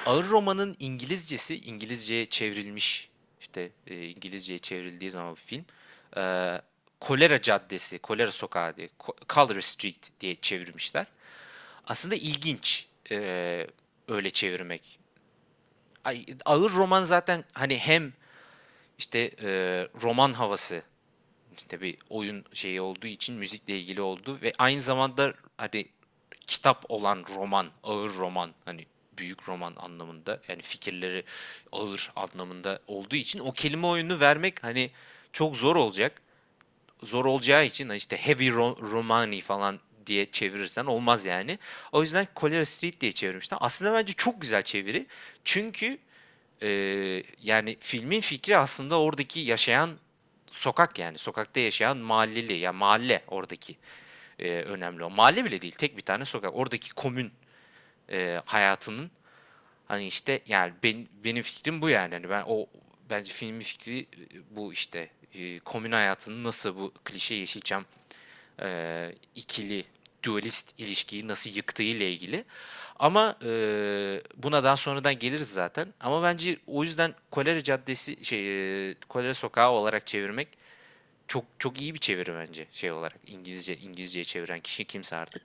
Ağır romanın İngilizcesi, İngilizceye çevrilmiş, işte İngilizceye çevrildiği zaman bir film. E, Kolera Caddesi, Kolera Sokağı diye, Colera Street diye çevirmişler. Aslında ilginç öyle çevirmek. Ağır roman zaten hani hem işte roman havası, işte bir oyun şeyi olduğu için müzikle ilgili oldu ve aynı zamanda hani kitap olan roman, ağır roman, hani büyük roman anlamında, yani fikirleri ağır anlamında olduğu için o kelime oyunu vermek hani çok zor olacak. Zor olacağı için işte heavy romani falan diye çevirirsen olmaz yani. O yüzden Collier Street diye çevirmişler. Aslında bence çok güzel çeviri. Çünkü yani filmin fikri aslında oradaki yaşayan sokak, yani sokakta yaşayan mahalleli, ya yani mahalle oradaki önemli o. Mahalle bile değil, tek bir tane sokak. Oradaki komün hayatının, hani işte yani benim fikrim bu yani. Hani ben o, bence filmin fikri bu işte. Komün hayatının nasıl bu klişe Yeşilçam ikili dualist ilişkiyi nasıl yıktığı ile ilgili. Ama buna daha sonradan geliriz zaten. Ama bence o yüzden Kolera Caddesi Kolera Sokağı olarak çevirmek çok çok iyi bir çeviri bence, şey olarak İngilizceye çeviren kişi kimse artık.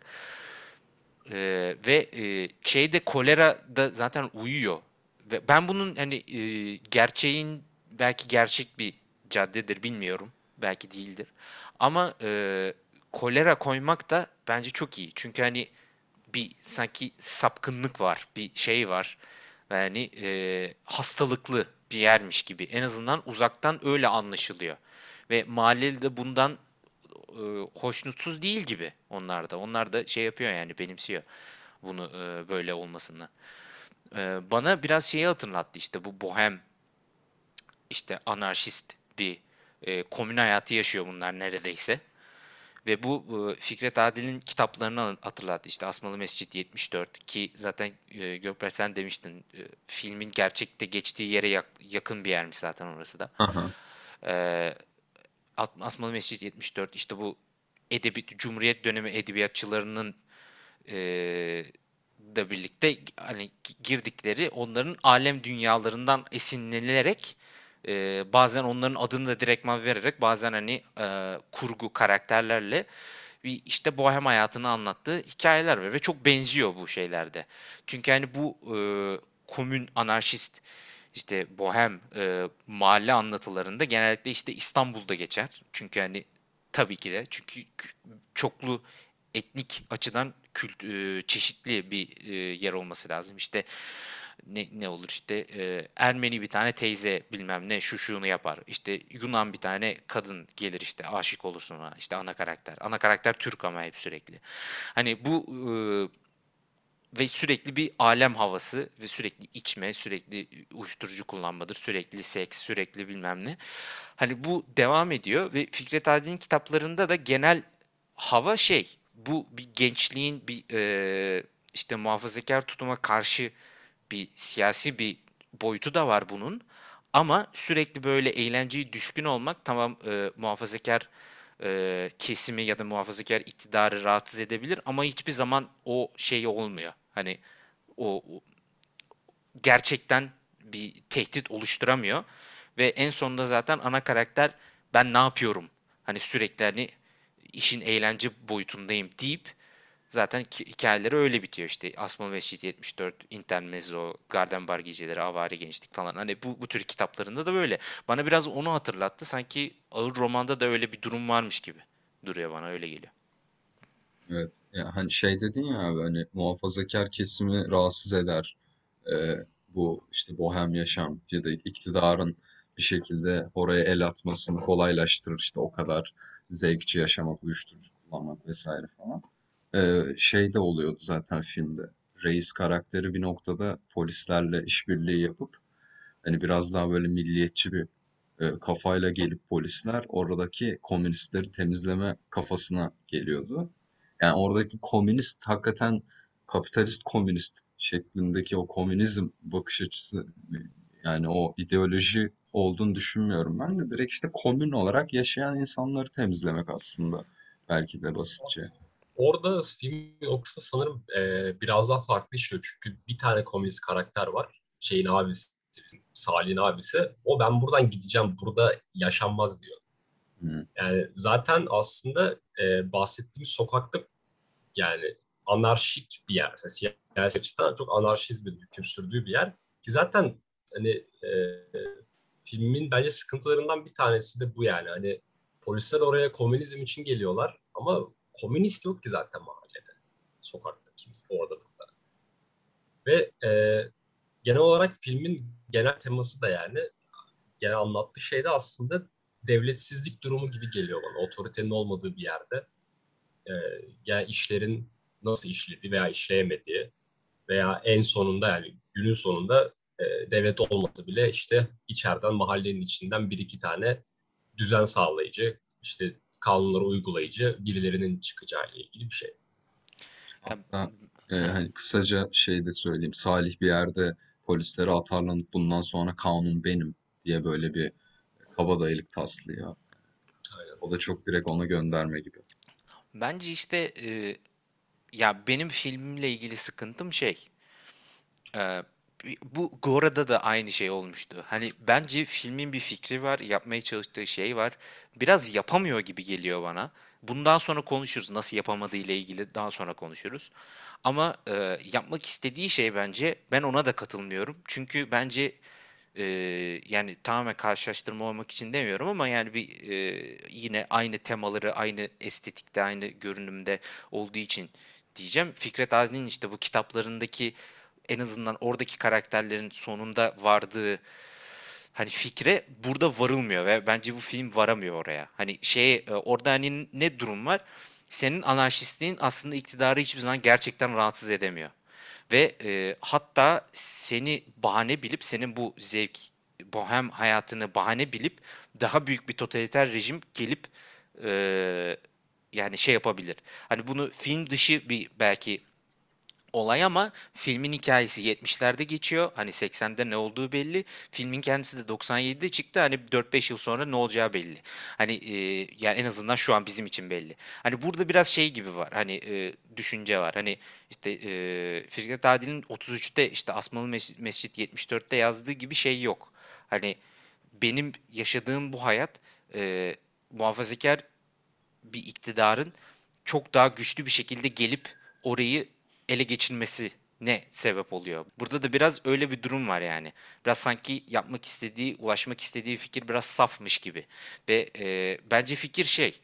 Ve şey de, kolera da zaten uyuyor. Ve ben bunun hani gerçeğin, belki gerçek bir caddedir bilmiyorum. Belki değildir. Ama kolera koymak da bence çok iyi. Çünkü hani bir sanki sapkınlık var, bir şey var. Yani hastalıklı bir yermiş gibi. En azından uzaktan öyle anlaşılıyor. Ve mahalleli de bundan hoşnutsuz değil gibi onlar da. Onlar da şey yapıyor, yani benimsiyor bunu böyle olmasını. Bana biraz şeyi hatırlattı, işte bu bohem, işte anarşist bir komün hayatı yaşıyor bunlar neredeyse. Ve bu Fikret Adil'in kitaplarını hatırlattı. İşte Asmalı Mescit 74, ki zaten Gökberk sen demiştin, filmin gerçekte geçtiği yere yakın bir yermiş zaten orası da. Aha. E, Asmalı Mescit 74, işte bu Cumhuriyet dönemi edebiyatçılarının da birlikte hani girdikleri, onların alem dünyalarından esinlenilerek, bazen onların adını da direktman vererek, bazen hani kurgu karakterlerle bir işte bohem hayatını anlattığı hikayeler var ve çok benziyor bu şeylerde. Çünkü hani bu komün anarşist, işte bohem mahalle anlatılarında genellikle işte İstanbul'da geçer. Çünkü hani tabii ki de, çünkü çoklu etnik açıdan çeşitli bir yer olması lazım. İşte ne olur, işte Ermeni bir tane teyze bilmem ne şu şunu yapar. İşte Yunan bir tane kadın gelir, işte aşık olursun ona. İşte ana karakter. Ana karakter Türk ama hep sürekli. Hani bu ve sürekli bir alem havası ve sürekli içme, sürekli uyuşturucu kullanmadır, sürekli seks, sürekli bilmem ne. Hani bu devam ediyor ve Fikret Adi'nin kitaplarında da genel hava şey, bu bir gençliğin bir işte muhafazakar tutuma karşı bir siyasi bir boyutu da var bunun. Ama sürekli böyle eğlenceye düşkün olmak, tamam, muhafazakar kesimi ya da muhafazakar iktidarı rahatsız edebilir ama hiçbir zaman o şey olmuyor. Hani o gerçekten bir tehdit oluşturamıyor. Ve en sonunda zaten ana karakter, ben ne yapıyorum? Hani sürekli hani işin eğlence boyutundayım deyip, zaten hikayeleri öyle bitiyor işte. Asmalı Mescit 74, Intermezzo, Gardenbar Geceleri, Avari Gençlik falan. Hani bu tür kitaplarında da böyle. Bana biraz onu hatırlattı. Sanki ağır romanda da öyle bir durum varmış gibi duruyor, bana öyle geliyor. Evet. Ya hani şey dedin ya abi, hani muhafazakar kesimi rahatsız eder. Bu işte bohem yaşam ya da iktidarın bir şekilde oraya el atmasını kolaylaştırır, işte o kadar zevkçi yaşamak, uyuşturucu kullanmak vesaire falan. Şey de oluyordu zaten filmde. Reis karakteri bir noktada polislerle işbirliği yapıp hani biraz daha böyle milliyetçi bir kafayla gelip polisler oradaki komünistleri temizleme kafasına geliyordu. Yani oradaki komünist hakikaten kapitalist komünist şeklindeki o komünizm bakış açısı, yani o ideoloji olduğunu düşünmüyorum ben de. Direkt işte komün olarak yaşayan insanları temizlemek aslında, belki de basitçe. orada filmin o kısmı sanırım biraz daha farklı işliyor. Çünkü bir tane komünist karakter var. Şeyin abisi, Salih'in abisi. O ben buradan gideceğim, burada yaşanmaz diyor. Hı Yani zaten aslında bahsettiğimiz sokakta yani anarşik bir yer. Mesela siyasi açıdan çok anarşizmin hüküm sürdüğü bir yer. Ki zaten hani filmin bence sıkıntılarından bir tanesi de bu yani. Hani polisler oraya komünizm için geliyorlar ama komünist yok ki zaten mahallede. Sokakta kimse orada burada. Ve genel olarak filmin genel teması da yani genel anlattığı şey de aslında devletsizlik durumu gibi geliyor bana. Otoritenin olmadığı bir yerde e, yani işlerin nasıl işlediği veya işleyemediği veya en sonunda yani günün sonunda devlet olmadı bile işte içeriden mahallenin içinden bir iki tane düzen sağlayıcı, işte kanunları uygulayıcı birilerinin çıkacağı ile ilgili bir şey. Ya, Hatta hı. hani kısaca şey de söyleyeyim. Salih bir yerde polislere atarlanıp bundan sonra kanun benim diye böyle bir kabadayılık taslıyor. Aynen. O da çok direkt ona gönderme gibi. Bence işte ya benim filmle ilgili sıkıntım şey. e, Bu Gora'da da aynı şey olmuştu. Hani bence filmin bir fikri var, yapmaya çalıştığı şey var. Biraz yapamıyor gibi geliyor bana. Bundan sonra konuşuruz. Nasıl yapamadığı ile ilgili daha sonra konuşuruz. Ama yapmak istediği şey bence ben ona da katılmıyorum. Çünkü bence yani tamamen karşılaştırma olmak için demiyorum ama yani bir yine aynı temaları, aynı estetikte, aynı görünümde olduğu için diyeceğim. Fikret Azli'nin işte bu kitaplarındaki en azından oradaki karakterlerin sonunda vardığı hani fikre burada varılmıyor ve bence bu film varamıyor oraya. Hani orada hani ne durum var? Senin anarşistliğin aslında iktidarı hiçbir zaman gerçekten rahatsız edemiyor. Ve hatta seni bahane bilip senin bu bohem hayatını bahane bilip daha büyük bir totaliter rejim gelip e, yani şey yapabilir. Hani bunu film dışı bir belki olay ama filmin hikayesi 70'lerde geçiyor. Hani 80'de ne olduğu belli. Filmin kendisi de 97'de çıktı. Hani 4-5 yıl sonra ne olacağı belli. Hani yani en azından şu an bizim için belli. Hani burada biraz şey gibi var. Hani düşünce var. Hani işte Fikret Adil'in 33'te işte Asmalı Mescit 74'te yazdığı gibi şey yok. Hani benim yaşadığım bu hayat muhafazakar bir iktidarın çok daha güçlü bir şekilde gelip orayı ele geçirmesi ne sebep oluyor? Burada da biraz öyle bir durum var yani. Biraz sanki yapmak istediği, ulaşmak istediği fikir biraz safmış gibi. Ve bence fikir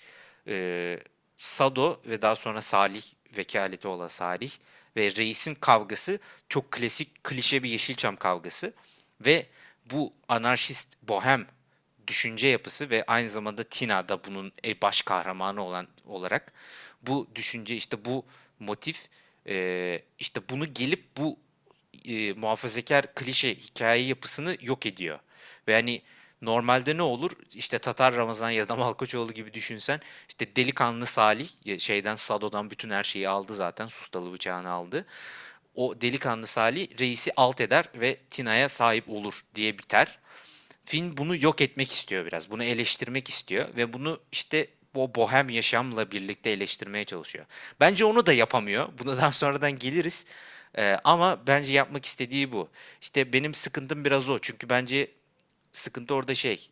e, Sado ve daha sonra Salih, vekaleti olan Salih ve reisin kavgası çok klasik, klişe bir Yeşilçam kavgası. Ve bu anarşist, bohem düşünce yapısı ve aynı zamanda Tina da bunun baş kahramanı olarak bu düşünce işte bu motif işte bunu gelip bu muhafazakar klişe hikaye yapısını yok ediyor. Ve hani normalde ne olur? İşte Tatar Ramazan ya da Malkoçoğlu gibi düşünsen işte delikanlı Salih şeyden Sado'dan bütün her şeyi aldı zaten. Sustalı bıçağını aldı. O delikanlı Salih reisi alt eder ve Tina'ya sahip olur diye biter. Film bunu yok etmek istiyor biraz. Bunu eleştirmek istiyor ve bunu işte o bohem yaşamla birlikte eleştirmeye çalışıyor. Bence onu da yapamıyor. Buna daha sonradan geliriz. Ama bence yapmak istediği bu. İşte benim sıkıntım biraz o. Çünkü bence sıkıntı orada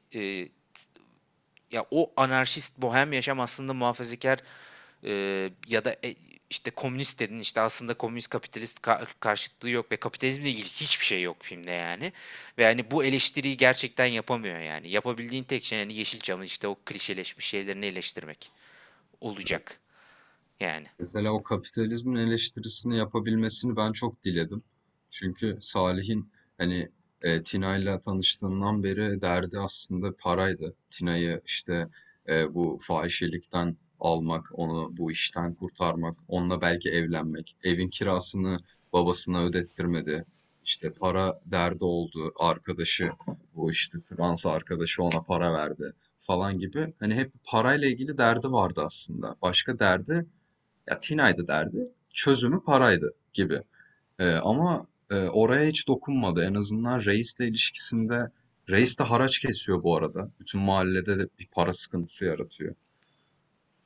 ya o anarşist bohem yaşam aslında muhafazakar ya da işte komünist dedin işte aslında komünist kapitalist karşıtlığı yok ve kapitalizmle ilgili hiçbir şey yok filmde yani. Ve yani bu eleştiriyi gerçekten yapamıyor yani. Yapabildiğin tek şey yani Yeşilçam'ın işte o klişeleşmiş şeylerini eleştirmek olacak yani. Mesela o kapitalizmin eleştirisini yapabilmesini ben çok diledim. Çünkü Salih'in hani Tina'yla tanıştığından beri derdi aslında paraydı. Tina'yı işte bu fahişelikten almak, onu bu işten kurtarmak, onunla belki evlenmek, evin kirasını babasına ödettirmedi. İşte para derdi oldu, arkadaşı, bu işte Fransa arkadaşı ona para verdi falan gibi. Hani hep parayla ilgili derdi vardı aslında. Başka derdi ya Tina'ydı derdi. Çözümü paraydı gibi. Ama oraya hiç dokunmadı. En azından Reis'le ilişkisinde Reis de haraç kesiyor bu arada. Bütün mahallede de bir para sıkıntısı yaratıyor.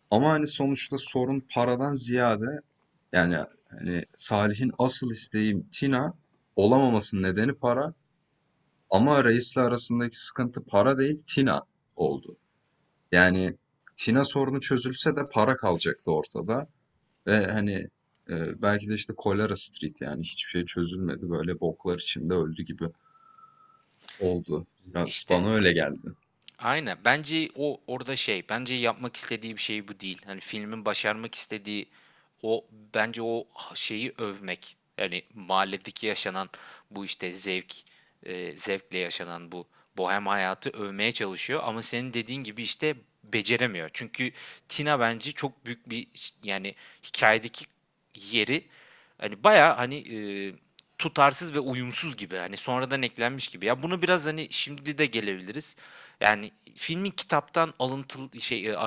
Ama hani sonuçta sorun paradan ziyade, yani hani Salih'in asıl isteği Tina olamamasının nedeni para, ama Reis'le arasındaki sıkıntı para değil, Tina oldu. Yani Tina sorunu çözülse de para kalacaktı ortada ve hani belki de işte Kolera Street, yani hiçbir şey çözülmedi, böyle boklar içinde öldü gibi oldu. Biraz İşte bana öyle geldi. aynen. Bence o orada bence yapmak istediği bir şey bu değil. Hani filmin başarmak istediği o, bence o şeyi övmek. Yani mahalledeki yaşanan bu işte zevkle yaşanan bu bohem hayatı övmeye çalışıyor ama senin dediğin gibi işte beceremiyor. Çünkü Tina bence çok büyük bir yani hikayedeki yeri hani baya hani tutarsız ve uyumsuz gibi. Hani sonradan eklenmiş gibi. Ya bunu biraz hani şimdi de gelebiliriz. Yani filmin kitaptan alıntılı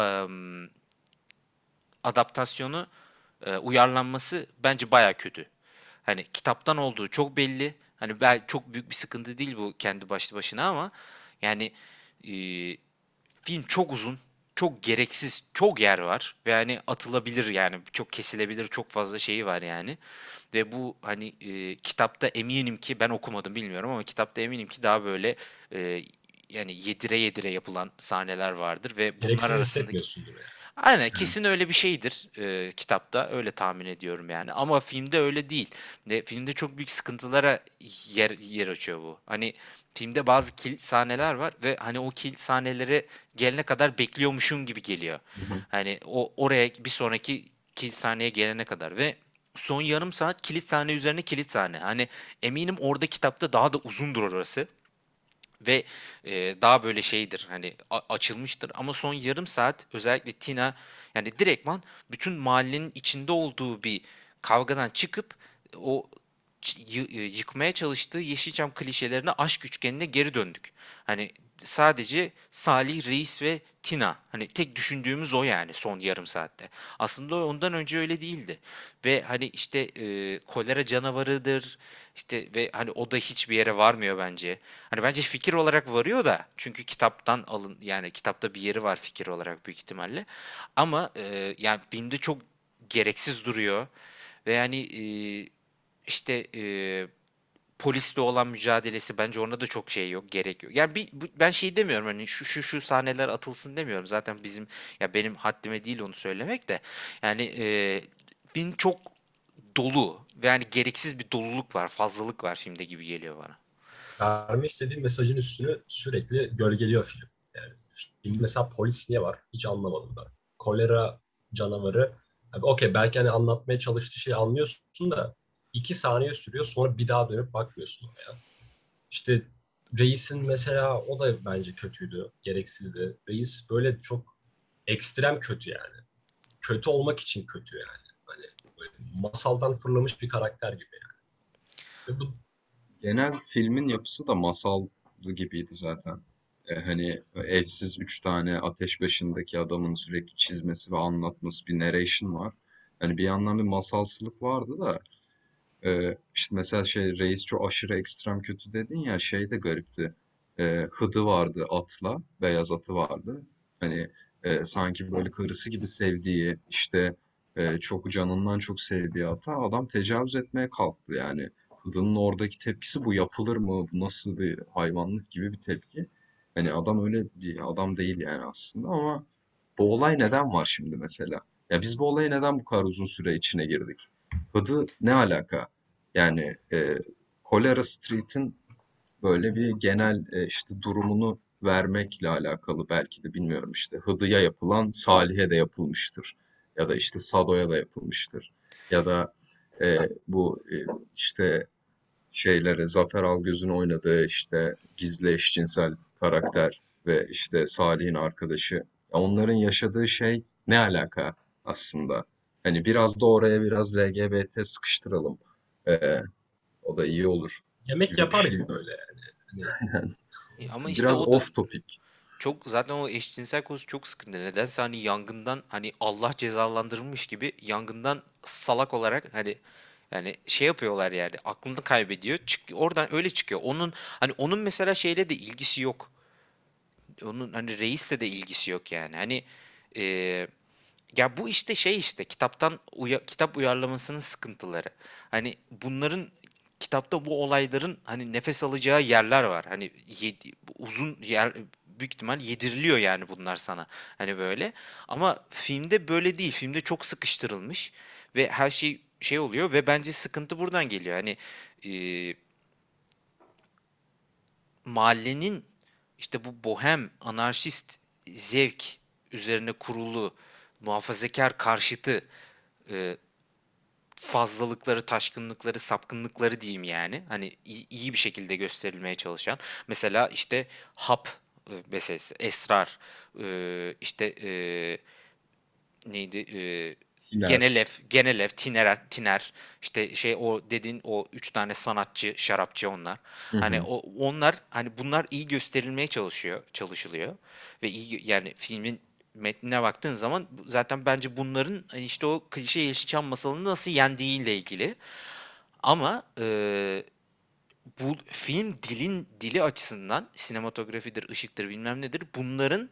adaptasyonu, uyarlanması bence baya kötü. Hani kitaptan olduğu çok belli. Hani çok büyük bir sıkıntı değil bu kendi başlı başına ama yani e, film çok uzun, çok gereksiz, çok yer var ve hani atılabilir yani çok kesilebilir çok fazla şeyi var yani. Ve bu hani kitapta eminim ki ben okumadım bilmiyorum ama kitapta eminim ki daha böyle e, yani yedire yedire yapılan sahneler vardır ve bunlar Gereksiz arasındaki hissetmiyorsundur yani. aynen Evet. kesin öyle bir şeydir kitapta öyle tahmin ediyorum yani ama filmde öyle değil. Filmde çok büyük sıkıntılara yer açıyor bu. Hani filmde bazı kilit sahneler var ve hani o kilit sahnelere gelene kadar bekliyormuşum gibi geliyor. Hı hı. Hani oraya bir sonraki kilit sahneye gelene kadar ve son yarım saat kilit sahne üzerine kilit sahne. Hani eminim orada kitapta daha da uzundur orası. Ve daha böyle şeydir hani açılmıştır ama son yarım saat özellikle Tina yani direktman bütün mahallenin içinde olduğu bir kavgadan çıkıp o yıkmaya çalıştığı Yeşilçam klişelerine aşk üçgenine geri döndük. Hani sadece Salih, Reis ve Tina. Hani tek düşündüğümüz o yani son yarım saatte. Aslında ondan önce öyle değildi. Ve hani işte kolera canavarıdır. İşte ve hani o da hiçbir yere varmıyor bence. Hani bence fikir olarak varıyor da çünkü kitaptan alın yani kitapta bir yeri var fikir olarak büyük ihtimalle. Ama yani filmde çok gereksiz duruyor ve yani işte polisle olan mücadelesi bence ona da çok şey yok, gerek yok. Yani ben şey demiyorum hani şu sahneler atılsın demiyorum. Zaten ya benim haddime değil onu söylemek de. Yani film çok dolu ve yani gereksiz bir doluluk var, fazlalık var filmde gibi geliyor bana. Vermek istediğim mesajın üstünü sürekli gölgeliyor film. Yani filmde mesela polis niye var? Hiç anlamadım ben. Kolera canavarı. Abi, okey belki hani anlatmaya çalıştığı şeyi anlıyorsun da 2 saniye sürüyor sonra bir daha dönüp bakmıyorsun oraya. İşte Reis'in mesela o da bence kötüydü. Gereksizdi. Reis böyle çok ekstrem kötü yani. Kötü olmak için kötü yani. Hani böyle masaldan fırlamış bir karakter gibi yani. Ve bu Genel filmin yapısı da masallı gibiydi zaten. Hani evsiz üç tane ateş başındaki adamın sürekli çizmesi ve anlatması, bir narration var. Hani bir yandan bir masalsılık vardı da işte mesela Reis çok aşırı ekstrem kötü dedin ya, şey de garipti. Hıdı vardı atla, beyaz atı vardı. Hani sanki böyle karısı gibi sevdiği, işte çok canından çok sevdiği ata adam tecavüz etmeye kalktı yani. Hıdının oradaki tepkisi, bu yapılır mı? Bu nasıl bir hayvanlık gibi bir tepki. Hani adam öyle bir adam değil yani aslında, ama bu olay neden var şimdi mesela? Ya biz bu olaya neden bu kadar uzun süre içine girdik? Hıdı ne alaka? Yani Kolera Street'in böyle bir genel işte durumunu vermekle alakalı, belki de bilmiyorum, işte Hıdı'ya yapılan Salih'e de yapılmıştır. Ya da işte Sado'ya da yapılmıştır. Ya da bu işte Zafer Algöz'ün oynadığı işte gizli eşcinsel karakter ve işte Salih'in arkadaşı. Ya onların yaşadığı şey ne alaka aslında? Hani biraz da oraya biraz LGBT sıkıştıralım. E, O da iyi olur yemek gibi yapar gibi düşünüyorum. böyle yani. Hani Ama işte Biraz o da off topic. çok zaten o eşcinsel konusu çok sıkıntı. Nedense hani yangından hani Allah cezalandırmış gibi yangından salak olarak hani yani şey yapıyorlar yani aklını kaybediyor. Oradan öyle çıkıyor. Onun mesela şeyle de ilgisi yok. Onun hani reisle de ilgisi yok yani. Hani Ya bu işte şey işte kitaptan kitap uyarlamasının sıkıntıları. Hani bunların kitapta bu olayların hani nefes alacağı yerler var. Hani uzun yer büyük ihtimal yediriliyor yani bunlar sana. Hani böyle. Ama filmde böyle değil. Filmde çok sıkıştırılmış ve her şey şey oluyor ve bence sıkıntı buradan geliyor. Hani e, mahallenin işte bu bohem, anarşist zevk üzerine kurulu muhafazakar karşıtı e, fazlalıkları, taşkınlıkları, sapkınlıkları diyeyim yani. Hani iyi bir şekilde gösterilmeye çalışan. Mesela işte hap meselesi, esrar, işte neydi? Tiner. Genelev, Tiner, işte şey o dediğin o üç tane sanatçı, şarapçı onlar. Hı Hani hı. onlar hani bunlar iyi gösterilmeye çalışılıyor ve iyi yani filmin metnine baktığın zaman zaten bence bunların işte o klişe Yeşilçam masalını nasıl yendiğiyle ilgili. Ama bu film dili açısından sinematografidir, ışıktır, bilmem nedir. Bunların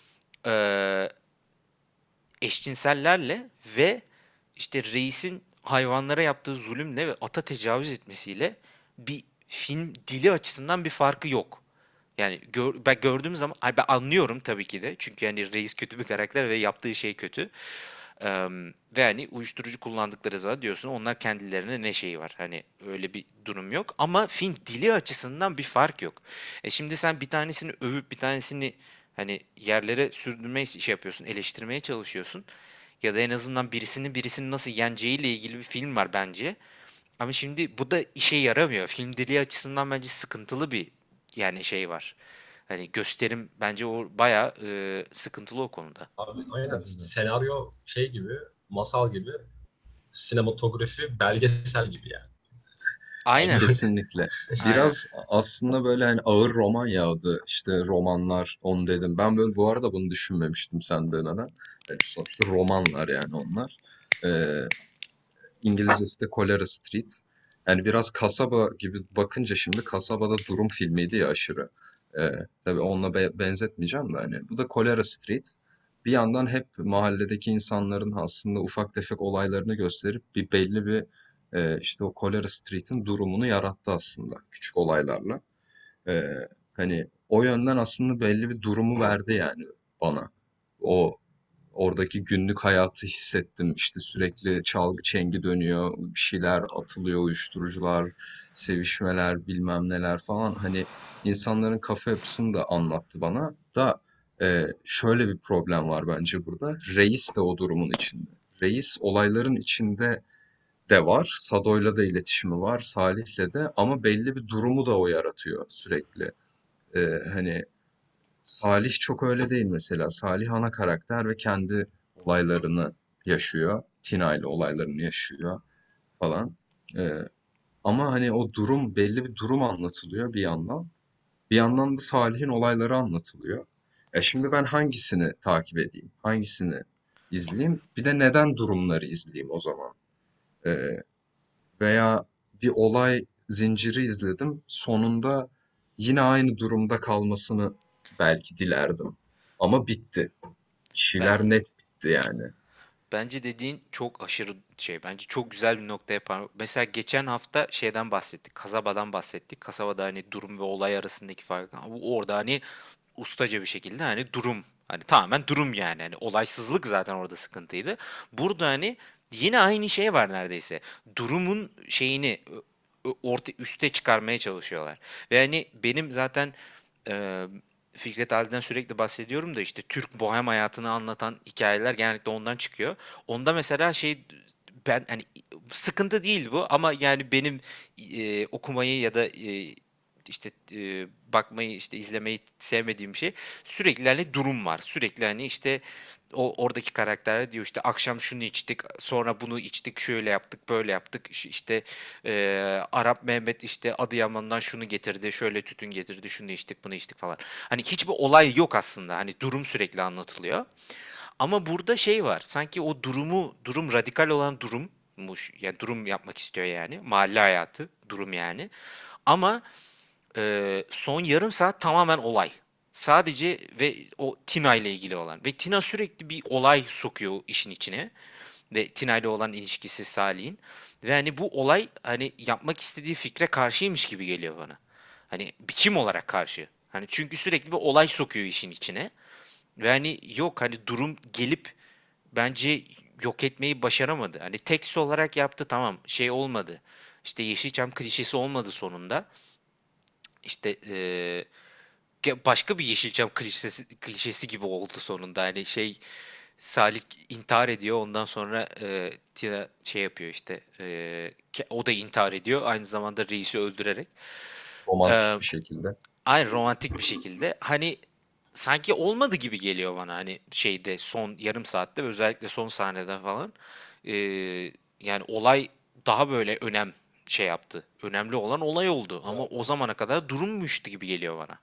eee eşcinsellerle ve işte reisin hayvanlara yaptığı zulümle ve ata tecavüz etmesiyle bir film dili açısından bir farkı yok. Yani ben gördüğüm zaman ben anlıyorum tabii ki de. Çünkü yani reis kötü bir karakter ve yaptığı şey kötü. Ve hani uyuşturucu kullandıkları zaman diyorsun onlar kendilerine ne şeyi var. Hani öyle bir durum yok. Ama film dili açısından bir fark yok. Şimdi sen bir tanesini övüp bir tanesini hani yerlere sürdürmeye şey yapıyorsun, eleştirmeye çalışıyorsun. Ya da en azından birisinin nasıl yeneceğiyle ilgili bir film var bence. Ama şimdi bu da işe yaramıyor. Film dili açısından bence sıkıntılı bir yani şey var. Hani gösterim bence o bayağı sıkıntılı o konuda. Abi, aynen Bence de. senaryo şey gibi, masal gibi, sinematografi belgesel gibi yani. Aynen. Şimdi Kesinlikle. Aynen. Biraz aslında böyle hani ağır roman yağdı. İşte romanlar onu dedim. Ben böyle bu arada bunu düşünmemiştim sen demeden. Yani sonuçta romanlar yani onlar. Ee, İngilizcesi de Cholera Street. Yani biraz kasaba gibi bakınca şimdi kasabada durum filmiydi ya aşırı. Tabii onunla benzetmeyeceğim de hani. Bu da Cholera Street. Bir yandan hep mahalledeki insanların aslında ufak tefek olaylarını gösterip bir belli bir işte o Cholera Street'in durumunu yarattı aslında küçük olaylarla. Hani o yönden aslında belli bir durumu verdi yani bana. O Oradaki günlük hayatı hissettim. İşte sürekli çalgı çengi dönüyor, bir şeyler atılıyor, uyuşturucular, sevişmeler, bilmem neler falan. Hani insanların kafa yapısını da anlattı bana. Da şöyle bir problem var bence burada. Reis de o durumun içinde. Reis olayların içinde de var. Sado'yla da iletişimi var, Salih'le de ama belli bir durumu da o yaratıyor sürekli. Hani Salih çok öyle değil mesela. Salih ana karakter ve kendi olaylarını yaşıyor. Tina ile olaylarını yaşıyor falan. Ee, Ama hani o durum belli bir durum anlatılıyor bir yandan. Bir yandan da Salih'in olayları anlatılıyor. Şimdi ben hangisini takip edeyim? Hangisini izleyeyim? Bir de neden durumları izleyeyim o zaman? Ee, Veya bir olay zinciri izledim. Sonunda yine aynı durumda kalmasını belki dilerdim. Ama bitti. Ben, İşler net bitti yani. bence dediğin çok aşırı şey. Bence çok güzel bir noktaya mesela geçen hafta şeyden bahsettik. Kasabadan bahsettik. Kasabada hani durum ve olay arasındaki fark. Bu orada hani ustaca bir şekilde hani durum hani tamamen durum yani hani olaysızlık zaten orada sıkıntıydı. Burada hani yine aynı şey var neredeyse. Durumun şeyini orta üste çıkarmaya çalışıyorlar. Ve hani benim zaten e, Fikret Ali'den sürekli bahsediyorum da işte Türk bohem hayatını anlatan hikayeler genellikle ondan çıkıyor. Onda mesela şey ben hani sıkıntı değil bu ama yani benim okumayı ya da işte bakmayı işte izlemeyi sevmediğim şey sürekli hani durum var. Sürekli hani işte oradaki karakterler diyor işte akşam şunu içtik sonra bunu içtik şöyle yaptık böyle yaptık işte Arap Mehmet işte Adıyaman'dan şunu getirdi şöyle tütün getirdi şunu içtik bunu içtik falan. Hani hiçbir olay yok aslında hani durum sürekli anlatılıyor. Ama burada şey var sanki o durum radikal olan durummuş yani durum yapmak istiyor yani mahalle hayatı durum yani. Ama son yarım saat tamamen olay. Sadece ve o Tina ile ilgili olan. Ve Tina sürekli bir olay sokuyor işin içine. Ve Tina ile olan ilişkisi Salih'in. Ve hani bu olay hani yapmak istediği fikre karşıymış gibi geliyor bana. Hani biçim olarak karşı. Hani çünkü sürekli bir olay sokuyor işin içine. Ve hani yok hani durum gelip bence yok etmeyi başaramadı. Hani tekst olarak yaptı tamam şey olmadı. İşte Yeşilçam klişesi olmadı sonunda. İşte başka bir Yeşilçam klişesi gibi oldu sonunda. Hani şey Salih intihar ediyor. Ondan sonra Tina şey yapıyor işte. O da intihar ediyor. Aynı zamanda reisi öldürerek. E, Romantik bir şekilde. Aynı romantik bir şekilde. Hani sanki olmadı gibi geliyor bana. Hani şeyde son yarım saatte ve özellikle son sahneden falan. E, Yani olay daha böyle şey yaptı. Önemli olan olay oldu. Ama Evet. o zamana kadar durummuştu gibi geliyor bana.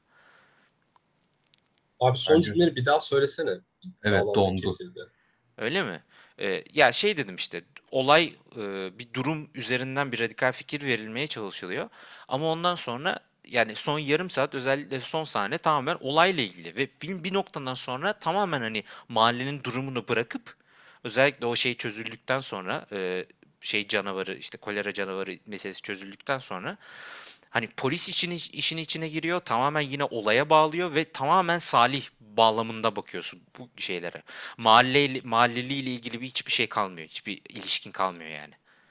Abi son Bence cümleleri bir daha söylesene. evet, Bağlantı dondu. kesildi. Öyle mi? Ya şey dedim işte olay bir durum üzerinden bir radikal fikir verilmeye çalışılıyor. Ama ondan sonra yani son yarım saat özellikle son sahne tamamen olayla ilgili ve film bir noktadan sonra tamamen hani mahallenin durumunu bırakıp özellikle o şey çözüldükten sonra şey canavarı işte kolera canavarı meselesi çözüldükten sonra hani polis işin içine giriyor. Tamamen yine olaya bağlıyor ve tamamen Salih bağlamında bakıyorsun bu şeylere. Mahalleliyle ilgili hiçbir şey kalmıyor. Hiçbir ilişkin kalmıyor yani.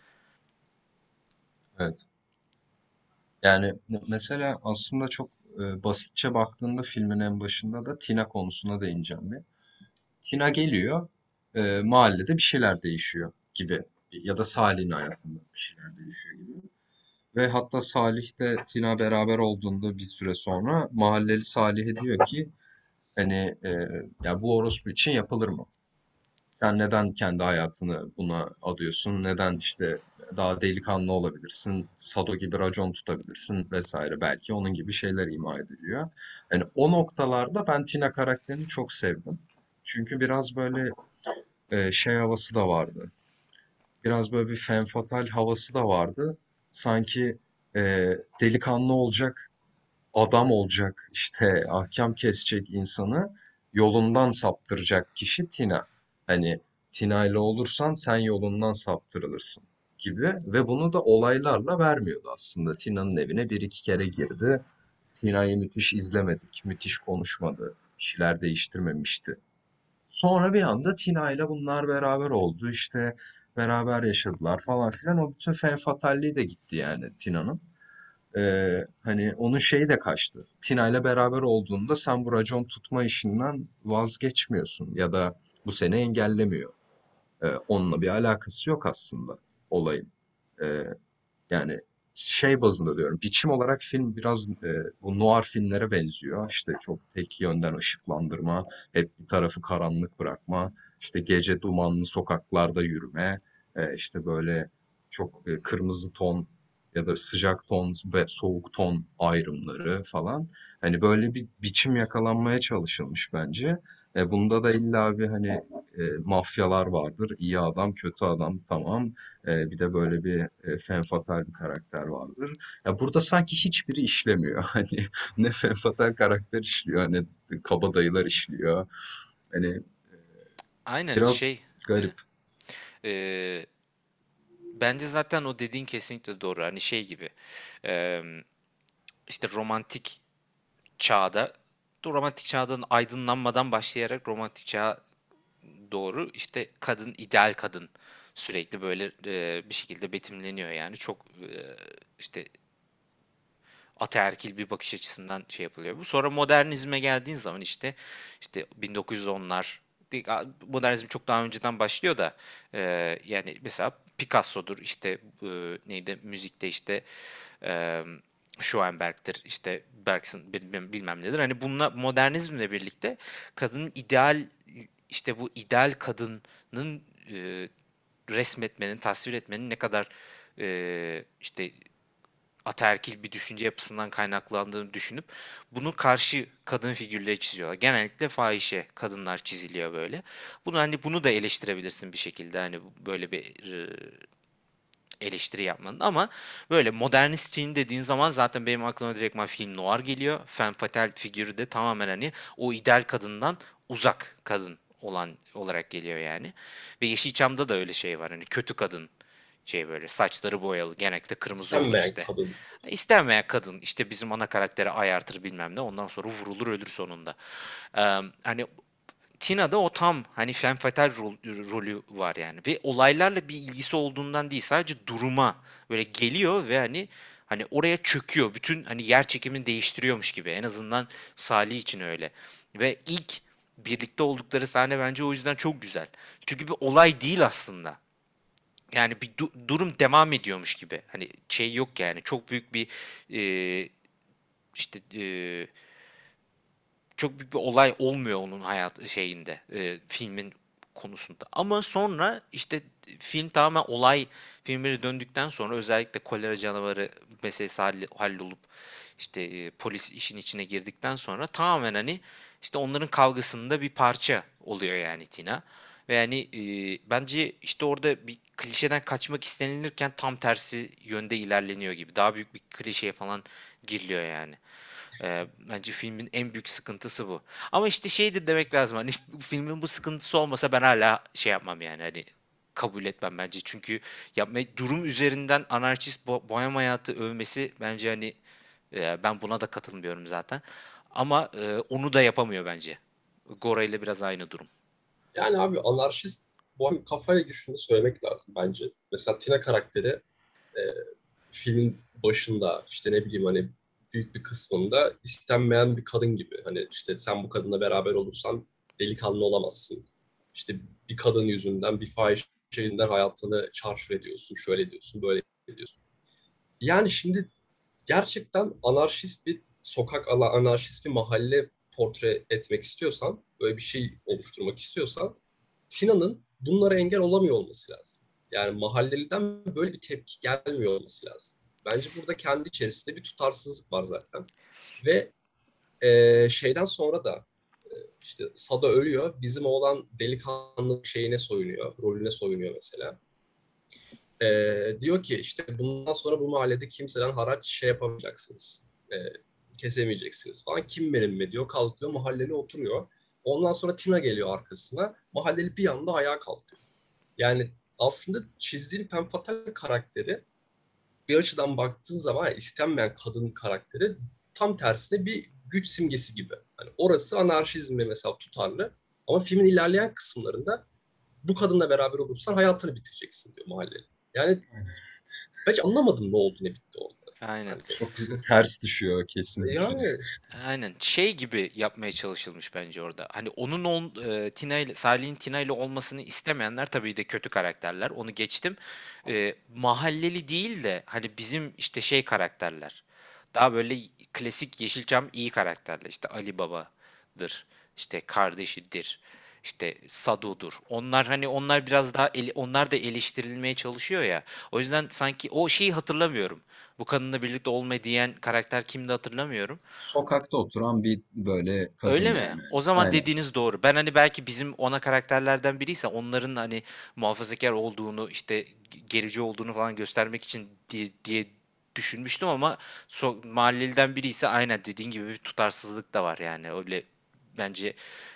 Evet. Yani mesela aslında çok basitçe baktığında filmin en başında da Tina konusuna değineceğim bir. Tina geliyor, mahallede bir şeyler değişiyor gibi. Ya da Salih'in hayatında bir şeyler değişiyor gibi. Ve hatta Salih de Tina beraber olduğunda bir süre sonra mahalleli Salih'e diyor ki hani ya bu orospu için yapılır mı? Sen neden kendi hayatını buna adıyorsun? Neden işte daha delikanlı olabilirsin, Sado gibi racon tutabilirsin vesaire, belki onun gibi şeyler ima ediliyor. Yani o noktalarda ben Tina karakterini çok sevdim. Çünkü biraz böyle şey havası da vardı. Biraz böyle bir femme fatale havası da vardı. Sanki delikanlı olacak, adam olacak, işte ahkam kesecek insanı yolundan saptıracak kişi Tina. Hani Tina ile olursan sen yolundan saptırılırsın gibi, ve bunu da olaylarla vermiyordu aslında. Tina'nın evine bir iki kere girdi. Tina'yı müthiş izlemedik, müthiş konuşmadı, bir şeyler değiştirmemişti. Sonra bir anda Tina ile bunlar beraber oldu, işte beraber yaşadılar falan filan. O bütün femme fatale'liği de gitti yani Tina'nın. Hani onun şeyi de kaçtı. Tina ile beraber olduğunda sen bu racon tutma işinden vazgeçmiyorsun ya da bu seni engellemiyor. Onunla bir alakası yok aslında olayın. Ee, Yani şey bazında diyorum. Biçim olarak film biraz bu noir filmlere benziyor. İşte çok tek yönden ışıklandırma, hep bir tarafı karanlık bırakma, işte gece dumanlı sokaklarda yürüme, işte böyle çok kırmızı ton ya da sıcak ton ve soğuk ton ayrımları falan. Hani böyle bir biçim yakalanmaya çalışılmış bence. Bunda da illa bir hani mafyalar vardır. İyi adam, kötü adam, tamam. Bir de böyle bir femme fatale bir karakter vardır. Ya burada sanki hiçbiri işlemiyor. Hani ne femme fatale karakter işliyor, ne kabadayılar işliyor. Hani Aynen biraz şey garip. e, bence zaten o dediğin kesinlikle doğru. Hani şey gibi e, işte romantik çağdan aydınlanmadan başlayarak romantik çağa doğru işte kadın ideal kadın sürekli böyle bir şekilde betimleniyor yani çok işte ataerkil bir bakış açısından şey yapılıyor bu. Sonra modernizme geldiğin zaman işte 1910'lar modernizm çok daha önceden başlıyor da e, yani mesela Picasso'dur işte neydi müzikte işte e, Schoenberg'tir işte Bergson bilmem nedir. Hani bununla modernizmle birlikte kadının ideal işte bu ideal kadının e, resmetmenin, tasvir etmenin ne kadar işte ataerkil bir düşünce yapısından kaynaklandığını düşünüp bunu karşı kadın figürleri çiziyorlar. Genellikle fahişe kadınlar çiziliyor böyle. Bunu hani bunu da eleştirebilirsin bir şekilde. Hani böyle bir eleştiri yapmanın ama böyle modernist film dediğin zaman zaten benim aklıma direktman film noir geliyor. Femme fatale figürü de tamamen hani o ideal kadından uzak kadın olan olarak geliyor yani. Ve Yeşilçam'da da öyle şey var. Hani kötü kadın şey böyle saçları boyalı genellikle kırmızı olur İstenmeyen işte. kadın. İstenmeyen kadın işte bizim ana karaktere ayartır bilmem ne ondan sonra vurulur ölür sonunda. Hani Tina'da o tam hani femme fatale rolü var yani ve olaylarla bir ilgisi olduğundan değil sadece duruma böyle geliyor ve hani oraya çöküyor. Bütün hani yer çekimini değiştiriyormuş gibi. En azından Salih için öyle. Ve ilk birlikte oldukları sahne bence o yüzden çok güzel. Çünkü bir olay değil aslında. Yani bir durum devam ediyormuş gibi. Hani şey yok yani. Çok büyük bir işte çok büyük bir olay olmuyor onun hayat şeyinde filmin konusunda. Ama sonra işte film tamamen olay filmleri döndükten sonra özellikle kolera canavarı meselesi hallolup işte polis işin içine girdikten sonra tamamen hani işte onların kavgasında bir parça oluyor yani Tina. Ve yani bence işte orada bir klişeden kaçmak istenilirken tam tersi yönde ilerleniyor gibi. Daha büyük bir klişeye falan giriliyor yani. Bence filmin en büyük sıkıntısı bu. Ama işte şey de demek lazım hani filmin bu sıkıntısı olmasa ben hala şey yapmam yani hani kabul etmem bence. Çünkü yapma durum üzerinden anarşist bohem hayatı övmesi bence hani ben buna da katılmıyorum zaten. Ama onu da yapamıyor bence. Gora ile biraz aynı durum. Yani abi anarşist bu kafayla düşündüğünü söylemek lazım bence. Mesela Tina karakteri e, filmin başında işte ne bileyim hani büyük bir kısmında istenmeyen bir kadın gibi. Hani işte sen bu kadınla beraber olursan delikanlı olamazsın. İşte bir kadın yüzünden, bir fahişe yüzünden hayatını çarçur ediyorsun, şöyle diyorsun, böyle diyorsun. Yani şimdi gerçekten anarşist bir sokak anarşist bir mahalle portre etmek istiyorsan, böyle bir şey oluşturmak istiyorsan Tina'nın bunlara engel olamıyor olması lazım. Yani mahalleliden böyle bir tepki gelmiyor olması lazım. Bence burada kendi içerisinde bir tutarsızlık var zaten. Ve şeyden sonra da işte Sada ölüyor. Bizim oğlan delikanlı şeyine soyunuyor. Rolüne soyunuyor mesela. Diyor ki işte bundan sonra bu mahallede kimseden haraç şey yapamayacaksınız. Kesemeyeceksiniz falan. Kim benimle diyor. Kalkıyor mahalleli oturuyor. Ondan sonra Tina geliyor arkasına. Mahalleli bir anda ayağa kalkıyor. Yani aslında çizdiğin femme fatale karakteri bir açıdan baktığın zaman yani istenmeyen kadın karakteri tam tersine bir güç simgesi gibi. Hani orası anarşizmle mesela tutarlı. Ama filmin ilerleyen kısımlarında bu kadınla beraber olursan hayatını bitireceksin diyor mahalleli. Yani hiç anlamadım ne oldu ne bitti orada. Aynen. Hani, Çok ters düşüyor kesinlikle. yani Aynen şey gibi yapmaya çalışılmış bence orada. Hani Tina ile Salih'in Tina ile olmasını istemeyenler tabii de kötü karakterler. Onu geçtim. Mahalleli değil de hani bizim işte şey karakterler. Daha böyle klasik Yeşilçam iyi karakterler. İşte Ali Baba'dır. İşte kardeşidir. İşte Sadu'dur. Onlar hani onlar biraz daha onlar da eleştirilmeye çalışıyor ya. O yüzden sanki o şeyi hatırlamıyorum. Bu kadınla birlikte olmayı diyen karakter kimdi hatırlamıyorum. Sokakta oturan bir böyle kadın Öyle mi? yani. O zaman Aynen. dediğiniz doğru. Ben hani belki bizim ona karakterlerden biriyse onların hani muhafazakar olduğunu işte gerici olduğunu falan göstermek için diye düşünmüştüm ama mahalleliden biri ise aynen dediğin gibi bir tutarsızlık da var yani. Öyle bence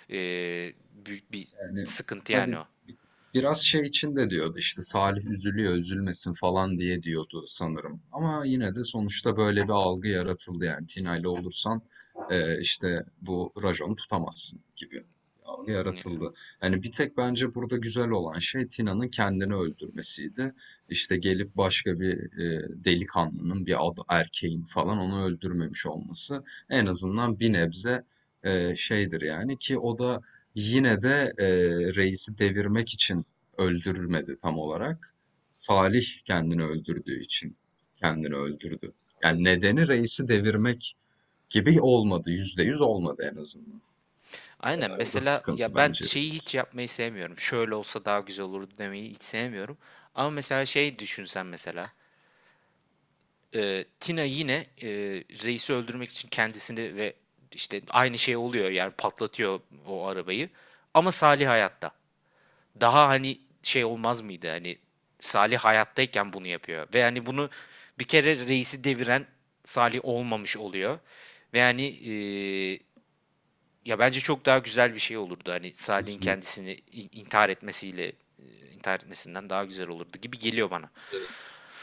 büyük bir Yani sıkıntı yani hadi o. biraz şey için de diyordu işte Salih üzülüyor, üzülmesin falan diye diyordu sanırım. Ama yine de sonuçta böyle bir algı yaratıldı yani Tina ile olursan işte bu rajonu tutamazsın gibi bir algı yaratıldı. Yani bir tek bence burada güzel olan şey Tina'nın kendini öldürmesiydi. İşte gelip başka bir delikanlının, bir erkeğin falan onu öldürmemiş olması en azından bir nebze şeydir yani ki o da yine de reisi devirmek için öldürülmedi tam olarak. Salih kendini öldürdüğü için kendini öldürdü. Yani nedeni reisi devirmek gibi olmadı. %100 olmadı en azından. Aynen O da mesela sıkıntı ya ben bence şeyi hiç biraz. yapmayı sevmiyorum. Şöyle olsa daha güzel olurdu demeyi hiç sevmiyorum. Ama mesela şey düşünsen mesela Tina yine reisi öldürmek için kendisini ve işte aynı şey oluyor yani patlatıyor o arabayı. Ama Salih hayatta. Daha hani şey olmaz mıydı hani Salih hayattayken bunu yapıyor. Ve hani bunu bir kere reisi deviren Salih olmamış oluyor. Ve hani ya bence çok daha güzel bir şey olurdu. Hani Salih'in Kesinlikle. kendisini intihar etmesiyle intihar etmesinden daha güzel olurdu gibi geliyor bana. Evet.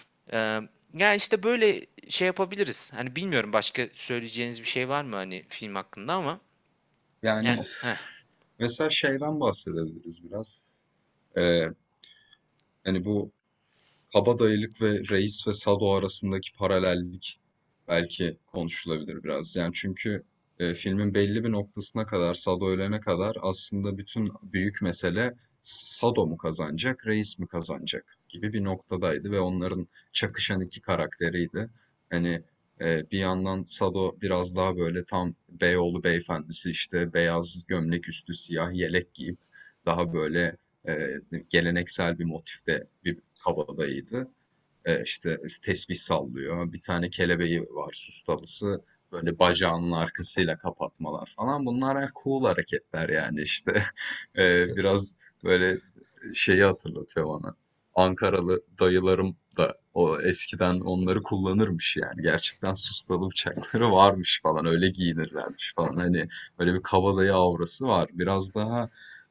Yani işte böyle şey yapabiliriz. Hani bilmiyorum başka söyleyeceğiniz bir şey var mı hani film hakkında ama Yani yani heh, mesela şeyden bahsedebiliriz biraz. Ee, Hani bu kabadayılık ve reis ve Sado arasındaki paralellik belki konuşulabilir biraz. Yani çünkü filmin belli bir noktasına kadar, Sado ölene kadar aslında bütün büyük mesele Sado mu kazanacak, reis mi kazanacak gibi bir noktadaydı ve onların çakışan iki karakteriydi. Hani bir yandan Sado biraz daha böyle tam Beyoğlu beyefendisi, işte beyaz gömlek üstü siyah yelek giyip daha böyle geleneksel bir motifte bir kabadayıydı. İşte tesbih sallıyor. Bir tane kelebeği var, sustalısı. Böyle bacağının arkasıyla kapatmalar falan. Bunlar cool hareketler yani işte. Biraz böyle şeyi hatırlatıyor bana. Ankaralı dayılarım da o eskiden onları kullanırmış yani. Gerçekten sustalı bıçakları varmış falan. Öyle giyinirlermiş falan. Hani böyle bir kabadayı aurası var. Biraz daha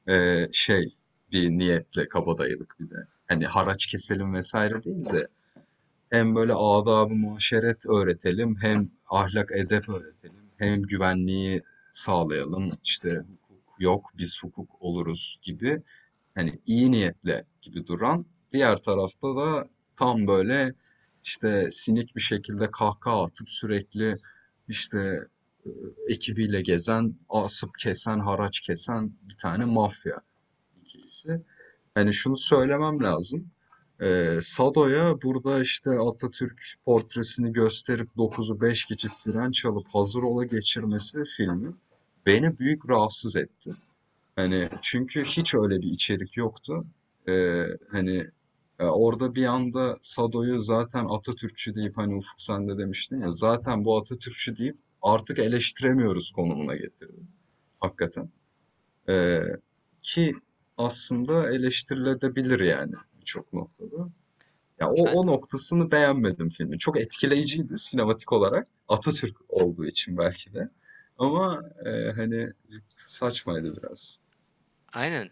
şey bir niyetle kabadayılık bir de. Hani haraç keselim vesaire değil de hem böyle adab-ı muaşeret öğretelim, hem ahlak edep öğretelim, hem güvenliği sağlayalım. İşte hukuk yok, biz hukuk oluruz gibi. Hani iyi niyetle gibi duran. Diğer tarafta da tam böyle işte sinik bir şekilde kahkaha atıp sürekli işte e, ekibiyle gezen, asıp kesen, haraç kesen bir tane mafya ikilisi. Hani şunu söylemem lazım. Sado'ya burada işte Atatürk portresini gösterip 9'u 5 geçe siren çalıp hazır ola geçirmesi filmi beni büyük rahatsız etti. Hani çünkü hiç öyle bir içerik yoktu. Hani orada bir anda Sado'yu zaten Atatürkçü deyip, hani Ufuk sen de demiştin ya, zaten bu Atatürkçü deyip artık eleştiremiyoruz konumuna getirdi. Hakikaten. Ee, Ki aslında eleştirilebilir yani birçok noktada. Ya ben o noktasını beğenmedim filmin. Çok etkileyiciydi sinematik olarak. Atatürk olduğu için belki de. Ama hani saçmaydı biraz. aynen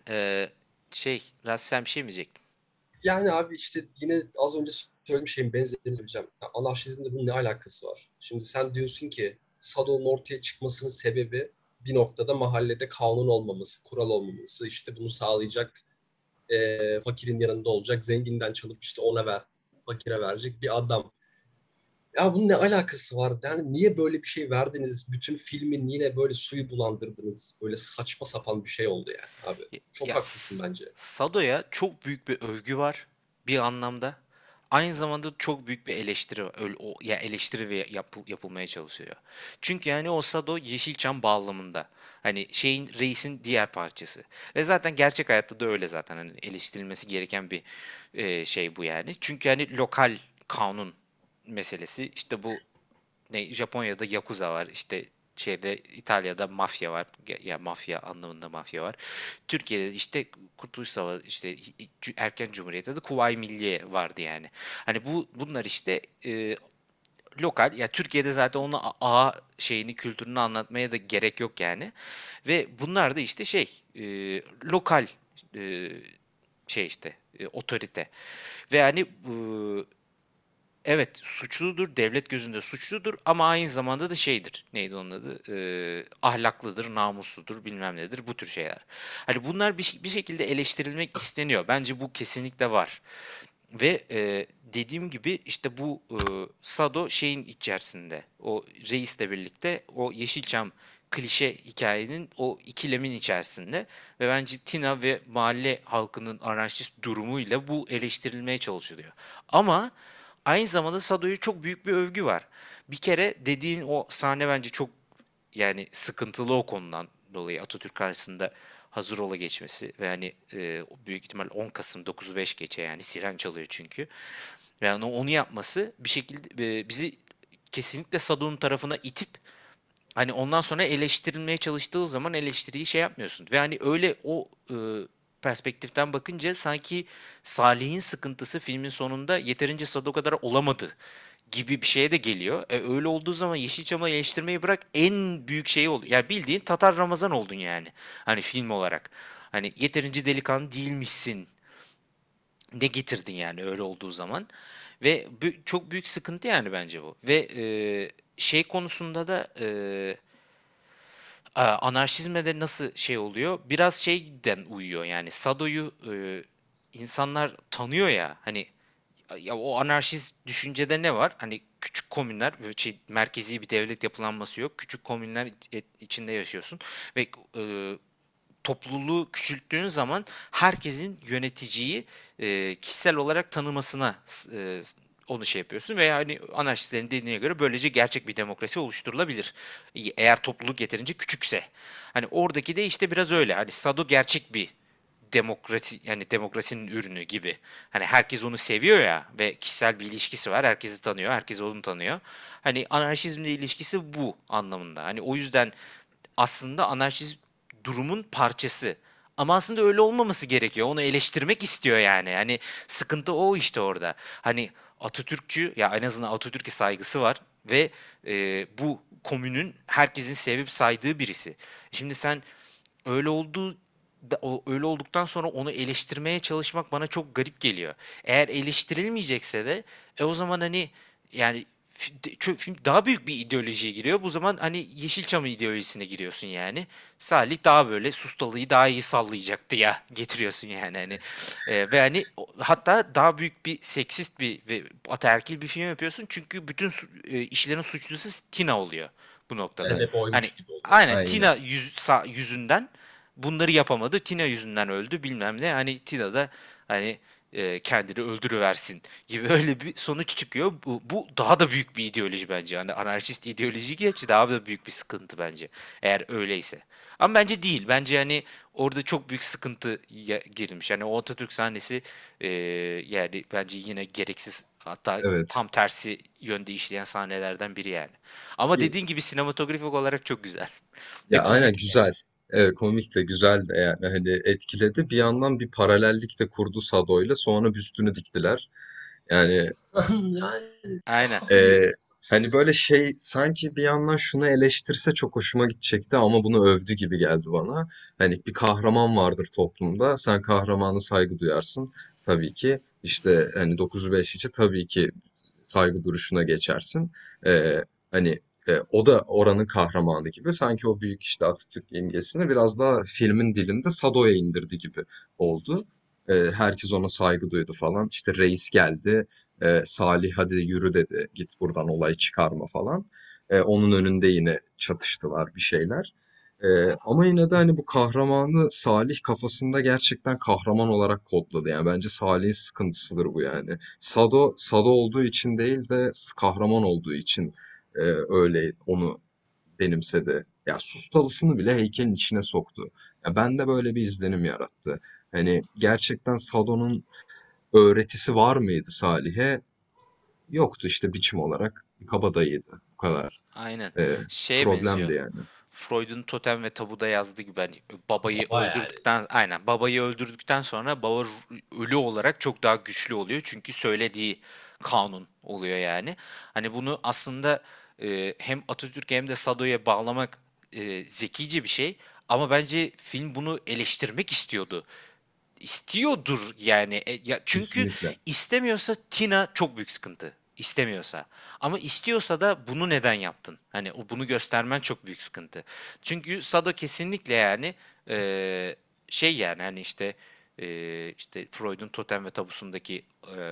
Raz sen bir şey mi diyecektin? Yani abi işte yine az önce söylediğim şeyin benzerini söyleyeceğim. Ya anarşizmle bunun ne alakası var? Şimdi sen diyorsun ki Sado'nun ortaya çıkmasının sebebi bir noktada mahallede kanun olmaması, kural olmaması, işte bunu sağlayacak fakirin yanında olacak, zenginden çalıp işte ona ver, fakire verecek bir adam. Ya bunun ne alakası var? Yani niye böyle bir şey verdiniz? Bütün filmin yine böyle suyu bulandırdınız. Böyle saçma sapan bir şey oldu yani abi. Çok Ya haklısın bence. Sado'ya çok büyük bir övgü var bir anlamda. Aynı zamanda çok büyük bir eleştiri var. Ya eleştiri ve yapılmaya çalışıyor. Çünkü yani o Sado Yeşilçam bağlamında. Hani şeyin reisin diğer parçası. Ve zaten gerçek hayatta da öyle zaten. Hani eleştirilmesi gereken bir şey bu yani. Çünkü hani lokal kanun meselesi. İşte bu Japonya'da Yakuza var. İşte İtalya'da mafya var. Ya mafya anlamında mafya var. Türkiye'de işte Kurtuluş Savaşı işte erken Cumhuriyet'te de Kuvayi Milliye vardı yani. Hani bunlar işte lokal ya Türkiye'de zaten onu şeyini kültürünü anlatmaya da gerek yok yani. Ve bunlar da işte lokal e, işte otorite. Ve hani evet suçludur, devlet gözünde suçludur ama aynı zamanda da şeydir. Neydi onun adı? Ahlaklıdır, namusludur, bilmem nedir bu tür şeyler. Hani bunlar bir şekilde eleştirilmek isteniyor. Bence bu kesinlikle var. Ve dediğim gibi işte bu Sado şeyin içerisinde, o reisle birlikte o Yeşilçam klişe hikayenin o ikilemin içerisinde ve bence Tina ve mahalle halkının anarşist durumuyla bu eleştirilmeye çalışılıyor. Ama aynı zamanda Sado'ya çok büyük bir övgü var. Bir kere dediğin o sahne bence çok yani sıkıntılı o konudan dolayı Atatürk karşısında hazır ola geçmesi ve hani büyük ihtimal 10 Kasım 9'u 5 geçe yani siren çalıyor çünkü. Yani onu yapması bir şekilde bizi kesinlikle Sado'nun tarafına itip hani ondan sonra eleştirilmeye çalıştığı zaman eleştiriyi şey yapmıyorsun. Ve hani öyle o perspektiften bakınca sanki Salih'in sıkıntısı filmin sonunda yeterince Sado kadar olamadı gibi bir şeye de geliyor. Öyle olduğu zaman Yeşilçam'ı eleştirmeyi bırak, en büyük şey oldu. Yani bildiğin Tatar Ramazan oldun yani. Hani film olarak. Hani yeterince delikanlı değilmişsin. Ne getirdin yani öyle olduğu zaman. Ve çok büyük sıkıntı yani bence bu. Ve şey konusunda da anarşizme de nasıl şey oluyor? Biraz şeyden uyuyor yani. Sado'yu insanlar tanıyor ya. Hani ya o anarşist düşüncede ne var? Hani küçük komünler, böyle merkezi bir devlet yapılanması yok. Küçük komünler içinde yaşıyorsun ve topluluğu küçülttüğün zaman herkesin yöneticiyi kişisel olarak tanımasına onu şey yapıyorsun veya hani anarşistlerin dediğine göre böylece gerçek bir demokrasi oluşturulabilir. Eğer topluluk yeterince küçükse. Hani oradaki de işte biraz öyle. Hani Sado gerçek bir demokrasi, yani demokrasinin ürünü gibi. Hani herkes onu seviyor ya ve kişisel bir ilişkisi var. Herkesi tanıyor, herkes onu tanıyor. Hani anarşizmle ilişkisi bu anlamında. Hani o yüzden aslında anarşist durumun parçası. Ama aslında öyle olmaması gerekiyor. Onu eleştirmek istiyor yani. Hani sıkıntı o işte orada. Hani Atatürkçü, ya en azından Atatürk'e saygısı var ve bu komünün herkesin sevip saydığı birisi. Şimdi sen öyle olduğu öyle olduktan sonra onu eleştirmeye çalışmak bana çok garip geliyor. Eğer eleştirilmeyecekse de o zaman hani yani film daha büyük bir ideolojiye giriyor. Bu zaman hani Yeşilçam ideolojisine giriyorsun yani. Salih daha böyle Sustalı'yı daha iyi sallayacaktı ya getiriyorsun yani hani. Ve hani hatta daha büyük bir seksist bir ve ataerkil bir film yapıyorsun. Çünkü bütün işlerin suçlusu Tina oluyor bu noktada. Evet. Sebep Hani oymuş gibi oluyor. aynen Aynen. Tina yüzünden bunları yapamadı. Tina yüzünden öldü bilmem ne. Hani Tina da hani kendini öldürüversin gibi öyle bir sonuç çıkıyor. Bu daha da büyük bir ideoloji bence. Hani anarşist ideolojik açı daha da büyük bir sıkıntı bence. Eğer öyleyse. Ama bence değil. Bence hani orada çok büyük sıkıntı girmiş. Yani o Atatürk sahnesi e, yani bence yine gereksiz, hatta Evet. tam tersi yönde işleyen sahnelerden biri yani. Ama dediğin gibi sinematografik olarak çok güzel. Ve Ya aynen komik. güzel. Evet, komik de güzel de yani hani etkiledi. Bir yandan bir paralellik de kurdu Sado'yla. Sonra büstünü diktiler. Yani Yani Aynen. e, hani böyle şey sanki bir yandan şunu eleştirse çok hoşuma gidecekti ama bunu övdü gibi geldi bana. Hani bir kahraman vardır toplumda. Sen kahramana saygı duyarsın. Tabii ki işte hani 9-5 için tabii ki saygı duruşuna geçersin. Hani o da oranın kahramanı gibi. Sanki o büyük işte Atatürk imgesini biraz daha filmin dilinde Sado'ya indirdi gibi oldu. Herkes ona saygı duydu falan. İşte reis geldi. Salih hadi yürü dedi. Git buradan olay çıkarma falan. Onun önünde yine çatıştılar bir şeyler. Ama yine de hani bu kahramanı Salih kafasında gerçekten kahraman olarak kodladı. Yani bence Salih'in sıkıntısıdır bu yani. Sado olduğu için değil de kahraman olduğu için öyle onu benimsedi. Ya sustalısını bile heykelin içine soktu. Ya bende böyle bir izlenim yarattı. Hani gerçekten Sado'nun öğretisi var mıydı Salih'e? Yoktu işte biçim olarak. Kabadayıydı. Bu kadar. Aynen. Şeye benziyor. Problemdi yani. Freud'un Totem ve Tabu'da yazdığı gibi hani babayı baba yani. öldürdükten aynen babayı öldürdükten sonra baba ölü olarak çok daha güçlü oluyor. Çünkü söylediği kanun oluyor yani. Hani bunu aslında hem Atatürk'e hem de Sado'ya bağlamak zekice bir şey. Ama bence film bunu eleştirmek istiyordu. İstiyordur yani. Ya çünkü Kesinlikle. istemiyorsa Tina çok büyük sıkıntı. İstemiyorsa. Ama istiyorsa da bunu neden yaptın? Hani o bunu göstermen çok büyük sıkıntı. Çünkü Sado kesinlikle yani şey yani hani işte Freud'un Totem ve Tabusu'ndaki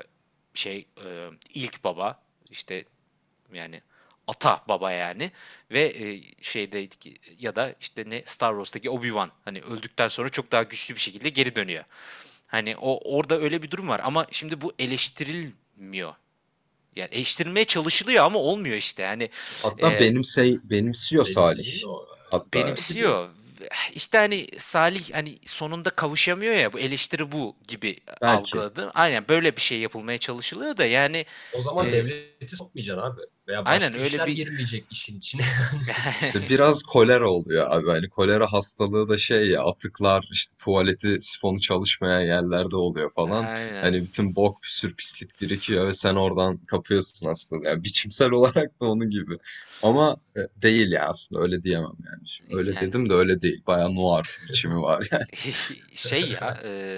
ilk baba işte yani ata baba yani ve şeyde ya da işte ne Star Wars'taki Obi-Wan hani öldükten sonra çok daha güçlü bir şekilde geri dönüyor. Hani orada öyle bir durum var ama şimdi bu eleştirilmiyor. Yani eleştirilmeye çalışılıyor ama olmuyor işte. Hani Hatta e, benimsiyor Salih. Benimseniyor Hatta gibi. benimsiyor. İşte hani Salih hani sonunda kavuşamıyor ya, bu eleştiri bu gibi Belki. algıladım. Aynen böyle bir şey yapılmaya çalışılıyor da yani o zaman e, devleti sokmayacaksın abi. Veya Aynen başka öyle işler bir girmeyecek işin içine. İşte biraz kolera oluyor abi. Hani kolera hastalığı da şey ya, atıklar işte tuvaleti sifonu çalışmayan yerlerde oluyor falan. aynen. Hani bütün bok püsür pislik birikiyor ve sen oradan kapıyorsun aslında. Yani biçimsel olarak da onun gibi. Ama değil ya, aslında öyle diyemem yani. Şimdi öyle Yani dedim de öyle değil. Bayağı noir biçimi var yani. şey ya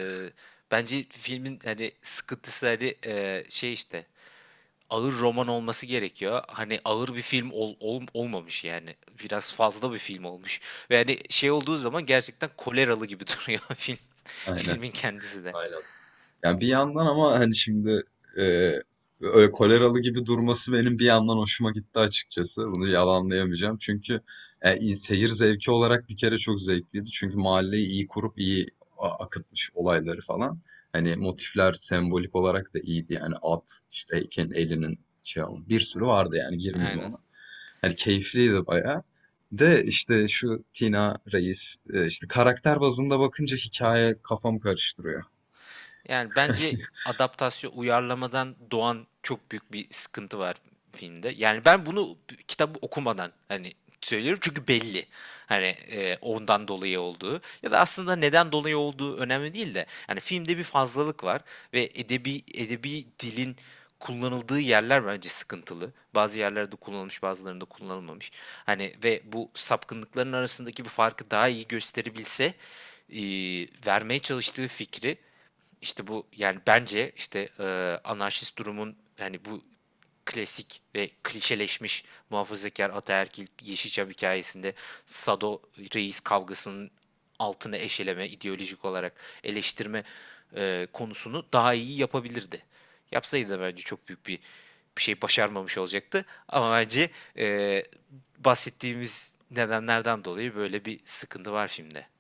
bence filmin hani sıkıntısı hani şey işte ağır roman olması gerekiyor. Hani ağır bir film olmamış yani. Biraz fazla bir film olmuş. Ve hani şey olduğu zaman gerçekten koleralı gibi duruyor film. Aynen. Filmin kendisi de. Aynen. Yani bir yandan ama hani şimdi e, öyle koleralı gibi durması benim bir yandan hoşuma gitti açıkçası. Bunu yalanlayamayacağım. Çünkü seyir zevki olarak bir kere çok zevkliydi. Çünkü mahalleyi iyi kurup iyi akıtmış olayları falan. Hani motifler sembolik olarak da iyiydi. Yani at, işte heykelin elinin şey olmuş. Bir sürü vardı yani, girmeyeyim Aynen. ona. Hani keyifliydi bayağı. De işte şu Tina Reis, işte karakter bazında bakınca hikaye kafam karıştırıyor. Yani bence adaptasyon uyarlamadan doğan çok büyük bir sıkıntı var filmde. Yani ben bunu kitabı okumadan hani söylüyorum çünkü belli. Hani ondan dolayı olduğu ya da aslında neden dolayı olduğu önemli değil de yani filmde bir fazlalık var ve edebi dilin kullanıldığı yerler bence sıkıntılı. Bazı yerlerde kullanılmış, bazılarında kullanılmamış. Hani ve bu sapkınlıkların arasındaki bir farkı daha iyi gösterebilse e, vermeye çalıştığı fikri işte bu yani bence işte anarşist durumun yani bu klasik ve klişeleşmiş muhafazakar ataerkil Yeşilçam hikayesinde Sado Reis kavgasının altını eşeleme, ideolojik olarak eleştirme konusunu daha iyi yapabilirdi. Yapsaydı da bence çok büyük bir şey başarmamış olacaktı. Ama bence bahsettiğimiz nedenlerden dolayı böyle bir sıkıntı var filmde.